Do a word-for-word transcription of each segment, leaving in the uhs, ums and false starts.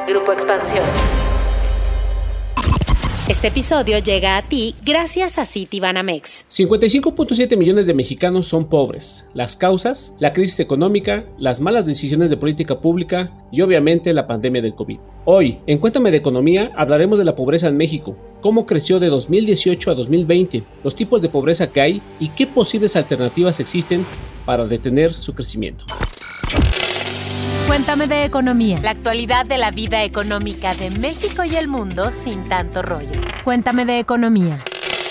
Grupo Expansión. Este episodio llega a ti gracias a Citibanamex. cincuenta y cinco punto siete millones de mexicanos son pobres. Las causas, la crisis económica, las malas decisiones de política pública y obviamente la pandemia del COVID. Hoy, en Cuéntame de Economía, hablaremos de la pobreza en México, cómo creció de dos mil dieciocho a dos mil veinte, los tipos de pobreza que hay y qué posibles alternativas existen para detener su crecimiento. Cuéntame de Economía. La actualidad de la vida económica de México y el mundo sin tanto rollo. Cuéntame de Economía.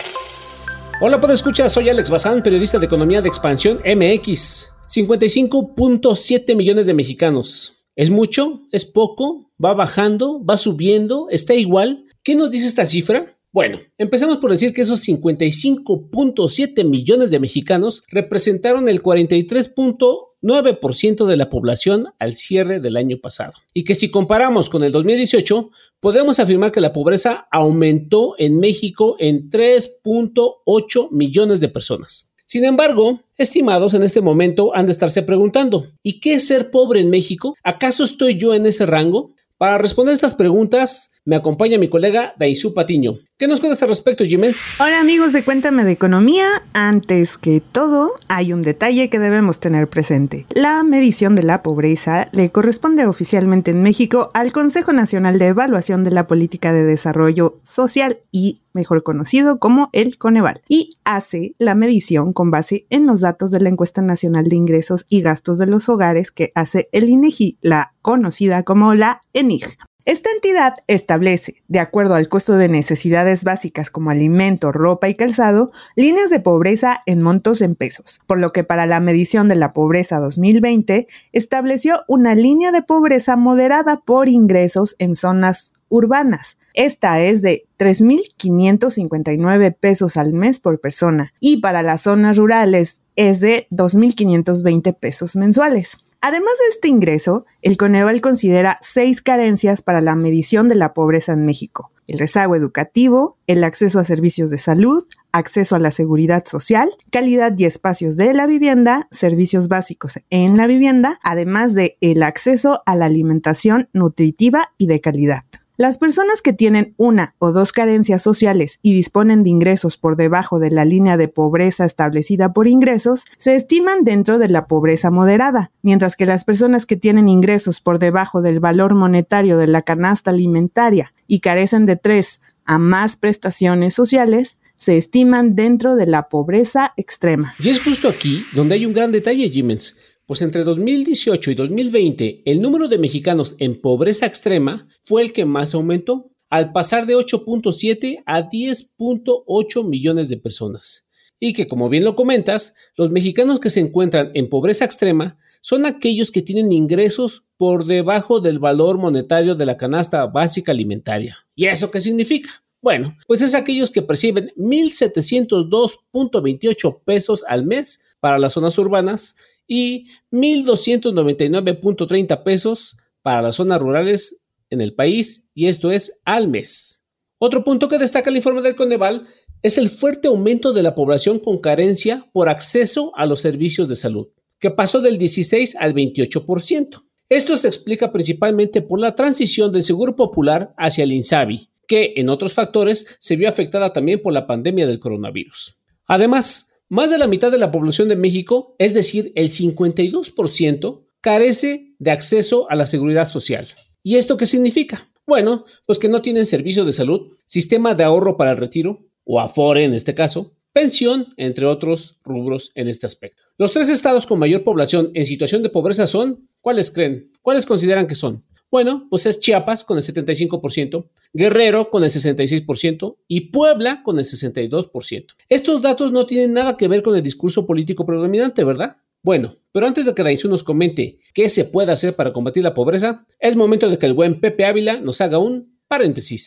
Hola, podescuchas, soy Alex Bazán, periodista de Economía de Expansión M X. cincuenta y cinco punto siete millones de mexicanos. ¿Es mucho? ¿Es poco? ¿Va bajando? ¿Va subiendo? ¿Está igual? ¿Qué nos dice esta cifra? Bueno, empezamos por decir que esos cincuenta y cinco punto siete millones de mexicanos representaron el cuarenta y tres punto nueve por ciento de la población al cierre del año pasado. Y que si comparamos con el dos mil dieciocho, podemos afirmar que la pobreza aumentó en México en tres punto ocho millones de personas. Sin embargo, estimados en este momento han de estarse preguntando, ¿y qué es ser pobre en México? ¿Acaso estoy yo en ese rango? Para responder estas preguntas, me acompaña mi colega Daisú Patiño. ¿Qué nos cuentas al respecto, Jimens? Hola amigos de Cuéntame de Economía. Antes que todo, hay un detalle que debemos tener presente. La medición de la pobreza le corresponde oficialmente en México al Consejo Nacional de Evaluación de la Política de Desarrollo Social y mejor conocido como el Coneval, y hace la medición con base en los datos de la Encuesta Nacional de Ingresos y Gastos de los Hogares que hace el INEGI, la conocida como la ENIG. Esta entidad establece, de acuerdo al costo de necesidades básicas como alimento, ropa y calzado, líneas de pobreza en montos en pesos, por lo que para la medición de la pobreza dos mil veinte estableció una línea de pobreza moderada por ingresos en zonas urbanas. Esta es de tres mil quinientos cincuenta y nueve pesos al mes por persona y para las zonas rurales es de dos mil quinientos veinte pesos mensuales. Además de este ingreso, el Coneval considera seis carencias para la medición de la pobreza en México: el rezago educativo, el acceso a servicios de salud, acceso a la seguridad social, calidad y espacios de la vivienda, servicios básicos en la vivienda, además de el acceso a la alimentación nutritiva y de calidad. Las personas que tienen una o dos carencias sociales y disponen de ingresos por debajo de la línea de pobreza establecida por ingresos se estiman dentro de la pobreza moderada, mientras que las personas que tienen ingresos por debajo del valor monetario de la canasta alimentaria y carecen de tres a más prestaciones sociales se estiman dentro de la pobreza extrema. Y es justo aquí donde hay un gran detalle, Jimens. Pues entre dos mil dieciocho y dos mil veinte, el número de mexicanos en pobreza extrema fue el que más aumentó, al pasar de ocho punto siete a diez punto ocho millones de personas. Y que, como bien lo comentas, los mexicanos que se encuentran en pobreza extrema son aquellos que tienen ingresos por debajo del valor monetario de la canasta básica alimentaria. ¿Y eso qué significa? Bueno, pues es aquellos que perciben mil setecientos dos punto veintiocho pesos al mes para las zonas urbanas y mil doscientos noventa y nueve punto treinta pesos para las zonas rurales en el país, y esto es al mes. Otro punto que destaca el informe del Coneval es el fuerte aumento de la población con carencia por acceso a los servicios de salud, que pasó del dieciséis al veintiocho por ciento. Esto se explica principalmente por la transición del Seguro Popular hacia el INSABI, que en otros factores se vio afectada también por la pandemia del coronavirus. Además, más de la mitad de la población de México, es decir, el cincuenta y dos por ciento, carece de acceso a la seguridad social. ¿Y esto qué significa? Bueno, pues que no tienen servicio de salud, sistema de ahorro para el retiro, o Afore en este caso, pensión, entre otros rubros en este aspecto. Los tres estados con mayor población en situación de pobreza son, ¿cuáles creen? ¿Cuáles consideran que son? Bueno, pues es Chiapas con el setenta y cinco por ciento, Guerrero con el sesenta y seis por ciento y Puebla con el sesenta y dos por ciento. Estos datos no tienen nada que ver con el discurso político predominante, ¿verdad? Bueno, pero antes de que Daisú nos comente qué se puede hacer para combatir la pobreza, es momento de que el buen Pepe Ávila nos haga un paréntesis.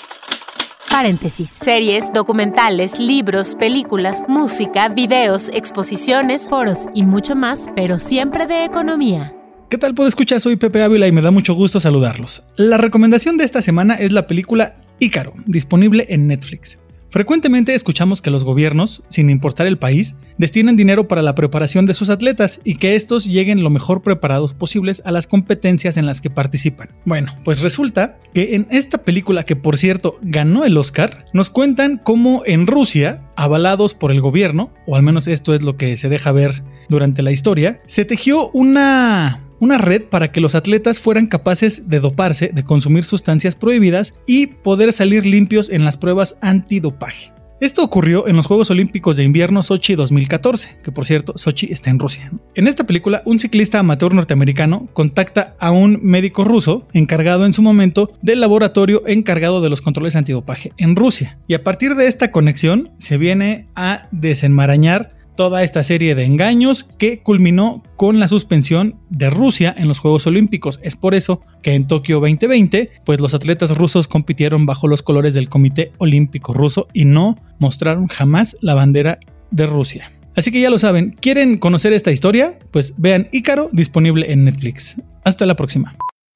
Paréntesis. Series, documentales, libros, películas, música, videos, exposiciones, foros y mucho más, pero siempre de economía. ¿Qué tal, podescuchar? Soy Pepe Ávila y me da mucho gusto saludarlos. La recomendación de esta semana es la película Ícaro, disponible en Netflix. Frecuentemente escuchamos que los gobiernos, sin importar el país, destinan dinero para la preparación de sus atletas y que estos lleguen lo mejor preparados posibles a las competencias en las que participan. Bueno, pues resulta que en esta película, que por cierto ganó el Oscar, nos cuentan cómo en Rusia, avalados por el gobierno, o al menos esto es lo que se deja ver durante la historia, se tejió una... una red para que los atletas fueran capaces de doparse, de consumir sustancias prohibidas y poder salir limpios en las pruebas antidopaje. Esto ocurrió en los Juegos Olímpicos de Invierno Sochi dos mil catorce, que por cierto, Sochi está en Rusia. En esta película, un ciclista amateur norteamericano contacta a un médico ruso encargado en su momento del laboratorio encargado de los controles antidopaje en Rusia. Y a partir de esta conexión se viene a desenmarañar toda esta serie de engaños que culminó con la suspensión de Rusia en los Juegos Olímpicos. Es por eso que en Tokio veinte veinte, pues los atletas rusos compitieron bajo los colores del Comité Olímpico Ruso y no mostraron jamás la bandera de Rusia. Así que ya lo saben, ¿quieren conocer esta historia? Pues vean Ícaro, disponible en Netflix. Hasta la próxima.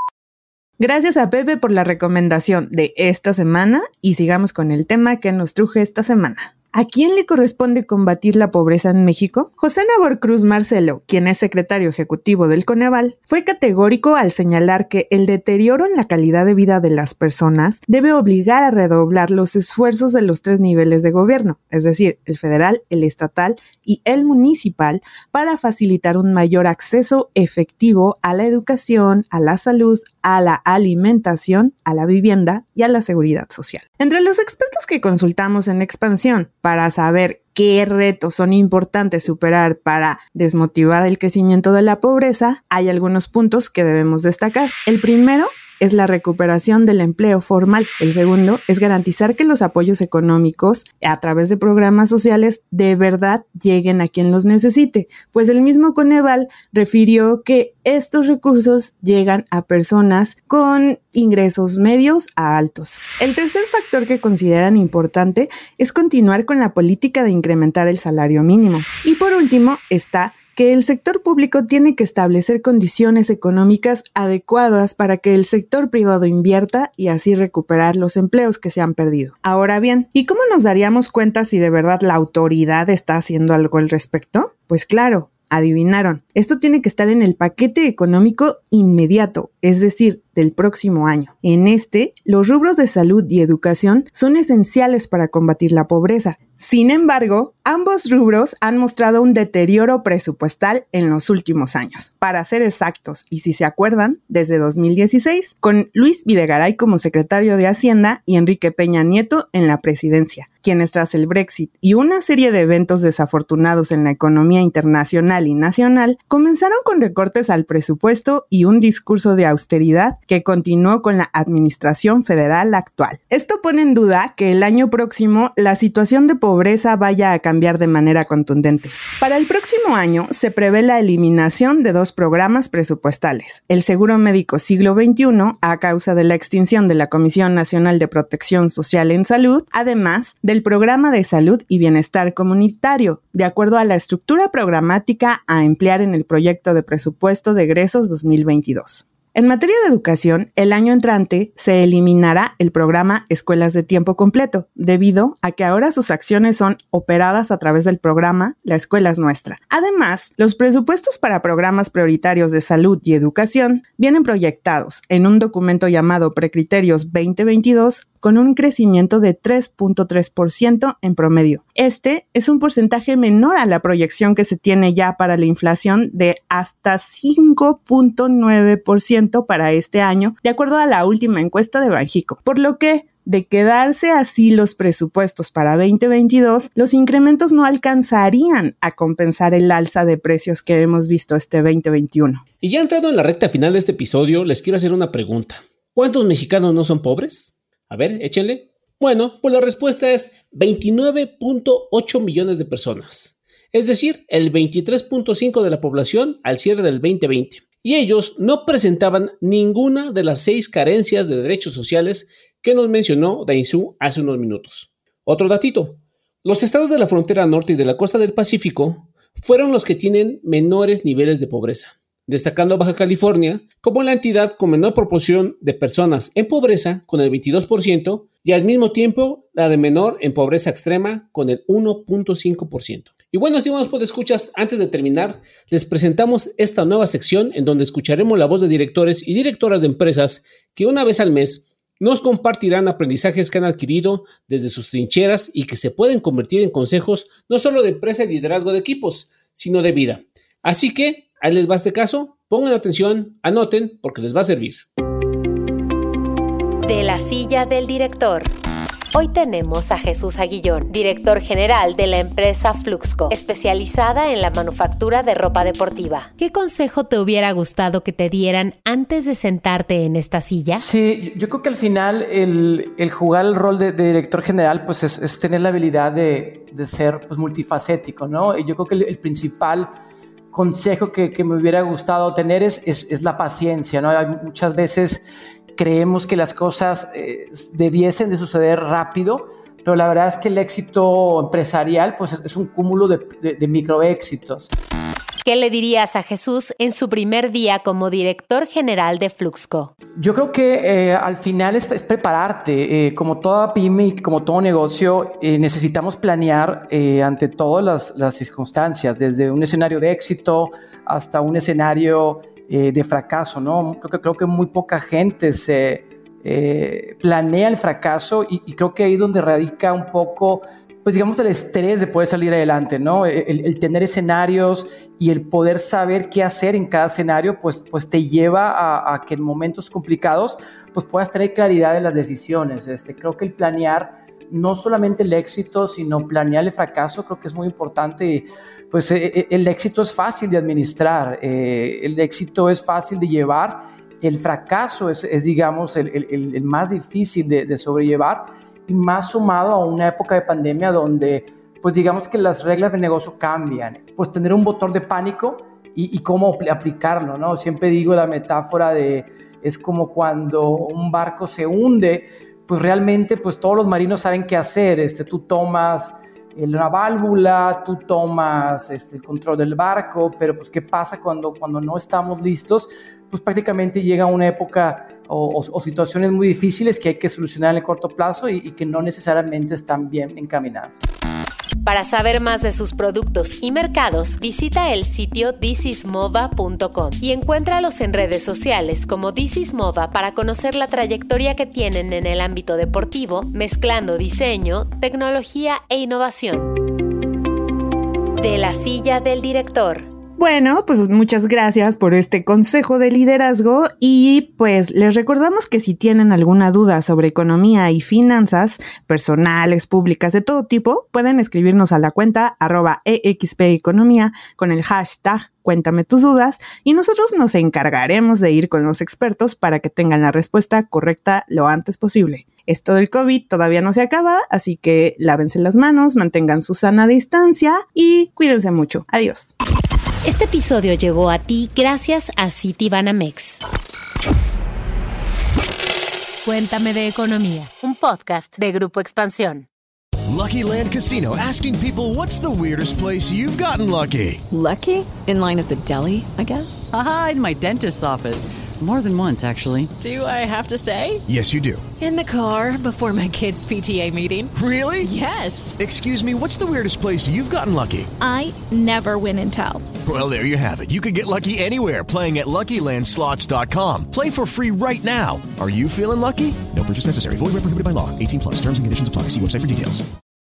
Gracias a Pepe por la recomendación de esta semana y sigamos con el tema que nos truje esta semana. ¿A quién le corresponde combatir la pobreza en México? José Nabor Cruz Marcelo, quien es secretario ejecutivo del Coneval, fue categórico al señalar que el deterioro en la calidad de vida de las personas debe obligar a redoblar los esfuerzos de los tres niveles de gobierno, es decir, el federal, el estatal y el municipal, para facilitar un mayor acceso efectivo a la educación, a la salud, a la alimentación, a la vivienda y a la seguridad social. Entre los expertos que consultamos en Expansión para saber qué retos son importantes superar para desmotivar el crecimiento de la pobreza, hay algunos puntos que debemos destacar. El primero es la recuperación del empleo formal. El segundo es garantizar que los apoyos económicos a través de programas sociales de verdad lleguen a quien los necesite, pues el mismo Coneval refirió que estos recursos llegan a personas con ingresos medios a altos. El tercer factor que consideran importante es continuar con la política de incrementar el salario mínimo. Y por último está que el sector público tiene que establecer condiciones económicas adecuadas para que el sector privado invierta y así recuperar los empleos que se han perdido. Ahora bien, ¿y cómo nos daríamos cuenta si de verdad la autoridad está haciendo algo al respecto? Pues claro, adivinaron. Esto tiene que estar en el paquete económico inmediato, es decir, del próximo año. En este, los rubros de salud y educación son esenciales para combatir la pobreza. Sin embargo, ambos rubros han mostrado un deterioro presupuestal en los últimos años. Para ser exactos, y si se acuerdan, desde dos mil dieciséis, con Luis Videgaray como secretario de Hacienda y Enrique Peña Nieto en la presidencia, quienes tras el Brexit y una serie de eventos desafortunados en la economía internacional y nacional, comenzaron con recortes al presupuesto y un discurso de austeridad que continuó con la administración federal actual. Esto pone en duda que el año próximo la situación de pobreza vaya a cambiar de manera contundente. Para el próximo año se prevé la eliminación de dos programas presupuestales: el Seguro Médico Siglo veintiuno, a causa de la extinción de la Comisión Nacional de Protección Social en Salud, además del Programa de Salud y Bienestar Comunitario, de acuerdo a la estructura programática a emplear en el proyecto de presupuesto de egresos dos mil veintidós. En materia de educación, el año entrante se eliminará el programa Escuelas de Tiempo Completo, debido a que ahora sus acciones son operadas a través del programa La Escuela es Nuestra. Además, los presupuestos para programas prioritarios de salud y educación vienen proyectados en un documento llamado Precriterios veinte veintidós con un crecimiento de tres punto tres por ciento en promedio. Este es un porcentaje menor a la proyección que se tiene ya para la inflación de hasta cinco punto nueve por ciento para este año, de acuerdo a la última encuesta de Banjico, por lo que de quedarse así los presupuestos para veinte veintidós, los incrementos no alcanzarían a compensar el alza de precios que hemos visto este veinte veintiuno. Y ya entrando en la recta final de este episodio, les quiero hacer una pregunta. ¿Cuántos mexicanos no son pobres? A ver, échenle. Bueno, pues la respuesta es veintinueve punto ocho millones de personas, es decir, el veintitrés punto cinco de la población al cierre del veinte veinte. Y ellos no presentaban ninguna de las seis carencias de derechos sociales que nos mencionó Dainzú hace unos minutos. Otro datito: los estados de la frontera norte y de la costa del Pacífico fueron los que tienen menores niveles de pobreza, destacando Baja California como la entidad con menor proporción de personas en pobreza con el veintidós por ciento y al mismo tiempo la de menor en pobreza extrema con el uno punto cinco por ciento. Y bueno, estimados podescuchas, antes de terminar, les presentamos esta nueva sección en donde escucharemos la voz de directores y directoras de empresas que una vez al mes nos compartirán aprendizajes que han adquirido desde sus trincheras y que se pueden convertir en consejos no solo de empresa y liderazgo de equipos, sino de vida. Así que, ahí les va este caso, pongan atención, anoten, porque les va a servir. De la silla del director. Hoy tenemos a Jesús Aguillón, director general de la empresa Fluxco, especializada en la manufactura de ropa deportiva. ¿Qué consejo te hubiera gustado que te dieran antes de sentarte en esta silla? Sí, yo creo que al final el, el jugar el rol de, de director general pues es, es tener la habilidad de, de ser pues, multifacético, ¿no? Y yo creo que el, el principal consejo que, que me hubiera gustado tener es, es, es la paciencia, ¿no? Hay muchas veces creemos que las cosas eh, debiesen de suceder rápido, pero la verdad es que el éxito empresarial pues, es, es un cúmulo de, de, de microéxitos. ¿Qué le dirías a Jesús en su primer día como director general de Fluxco? Yo creo que eh, al final es, es prepararte. Eh, como toda pyme y como todo negocio, eh, necesitamos planear eh, ante todas las, las circunstancias, desde un escenario de éxito hasta un escenario Eh, de fracaso, ¿no? Creo que, creo que muy poca gente se eh, planea el fracaso y, y creo que ahí es donde radica un poco, pues digamos, el estrés de poder salir adelante, ¿no? El, el tener escenarios y el poder saber qué hacer en cada escenario, pues, pues te lleva a, a que en momentos complicados, pues puedas tener claridad de las decisiones. Este, creo que el planear no solamente el éxito, sino planear el fracaso, creo que es muy importante. Y, pues eh, el éxito es fácil de administrar, eh, el éxito es fácil de llevar, el fracaso es, es digamos, el, el, el más difícil de, de sobrellevar, y más sumado a una época de pandemia donde, pues digamos que las reglas del negocio cambian, pues tener un botón de pánico y, y cómo aplicarlo, ¿no? Siempre digo la metáfora de, es como cuando un barco se hunde, pues realmente pues todos los marinos saben qué hacer, este, tú tomas una válvula, tú tomas este, el control del barco, pero pues qué pasa cuando, cuando no estamos listos, pues prácticamente llega una época o, o, o situaciones muy difíciles que hay que solucionar en el corto plazo y, y que no necesariamente están bien encaminadas. Para saber más de sus productos y mercados, visita el sitio this is mova punto com y encuéntralos en redes sociales como This is Mova para conocer la trayectoria que tienen en el ámbito deportivo, mezclando diseño, tecnología e innovación. De la silla del director. Bueno, pues muchas gracias por este consejo de liderazgo y pues les recordamos que si tienen alguna duda sobre economía y finanzas personales, públicas, de todo tipo, pueden escribirnos a la cuenta arroba expeconomía con el hashtag Cuéntame tus dudas y nosotros nos encargaremos de ir con los expertos para que tengan la respuesta correcta lo antes posible. Esto del COVID todavía no se acaba, así que lávense las manos, mantengan su sana distancia y cuídense mucho. Adiós. Este episodio llegó a ti gracias a Citibanamex. Cuéntame de economía, un podcast de Grupo Expansión. Lucky Land Casino, asking people, what's the weirdest place you've gotten lucky? Lucky? In line at the deli, I guess? Aha, in my dentist's office. More than once, actually. Do I have to say? Yes, you do. In the car before my kids' P T A meeting. Really? Yes. Excuse me, what's the weirdest place you've gotten lucky? I never win and tell. Well, there you have it. You can get lucky anywhere, playing at lucky land slots dot com. Play for free right now. Are you feeling lucky? No purchase necessary. Void where prohibited by law. eighteen plus. Terms and conditions apply. See website for details.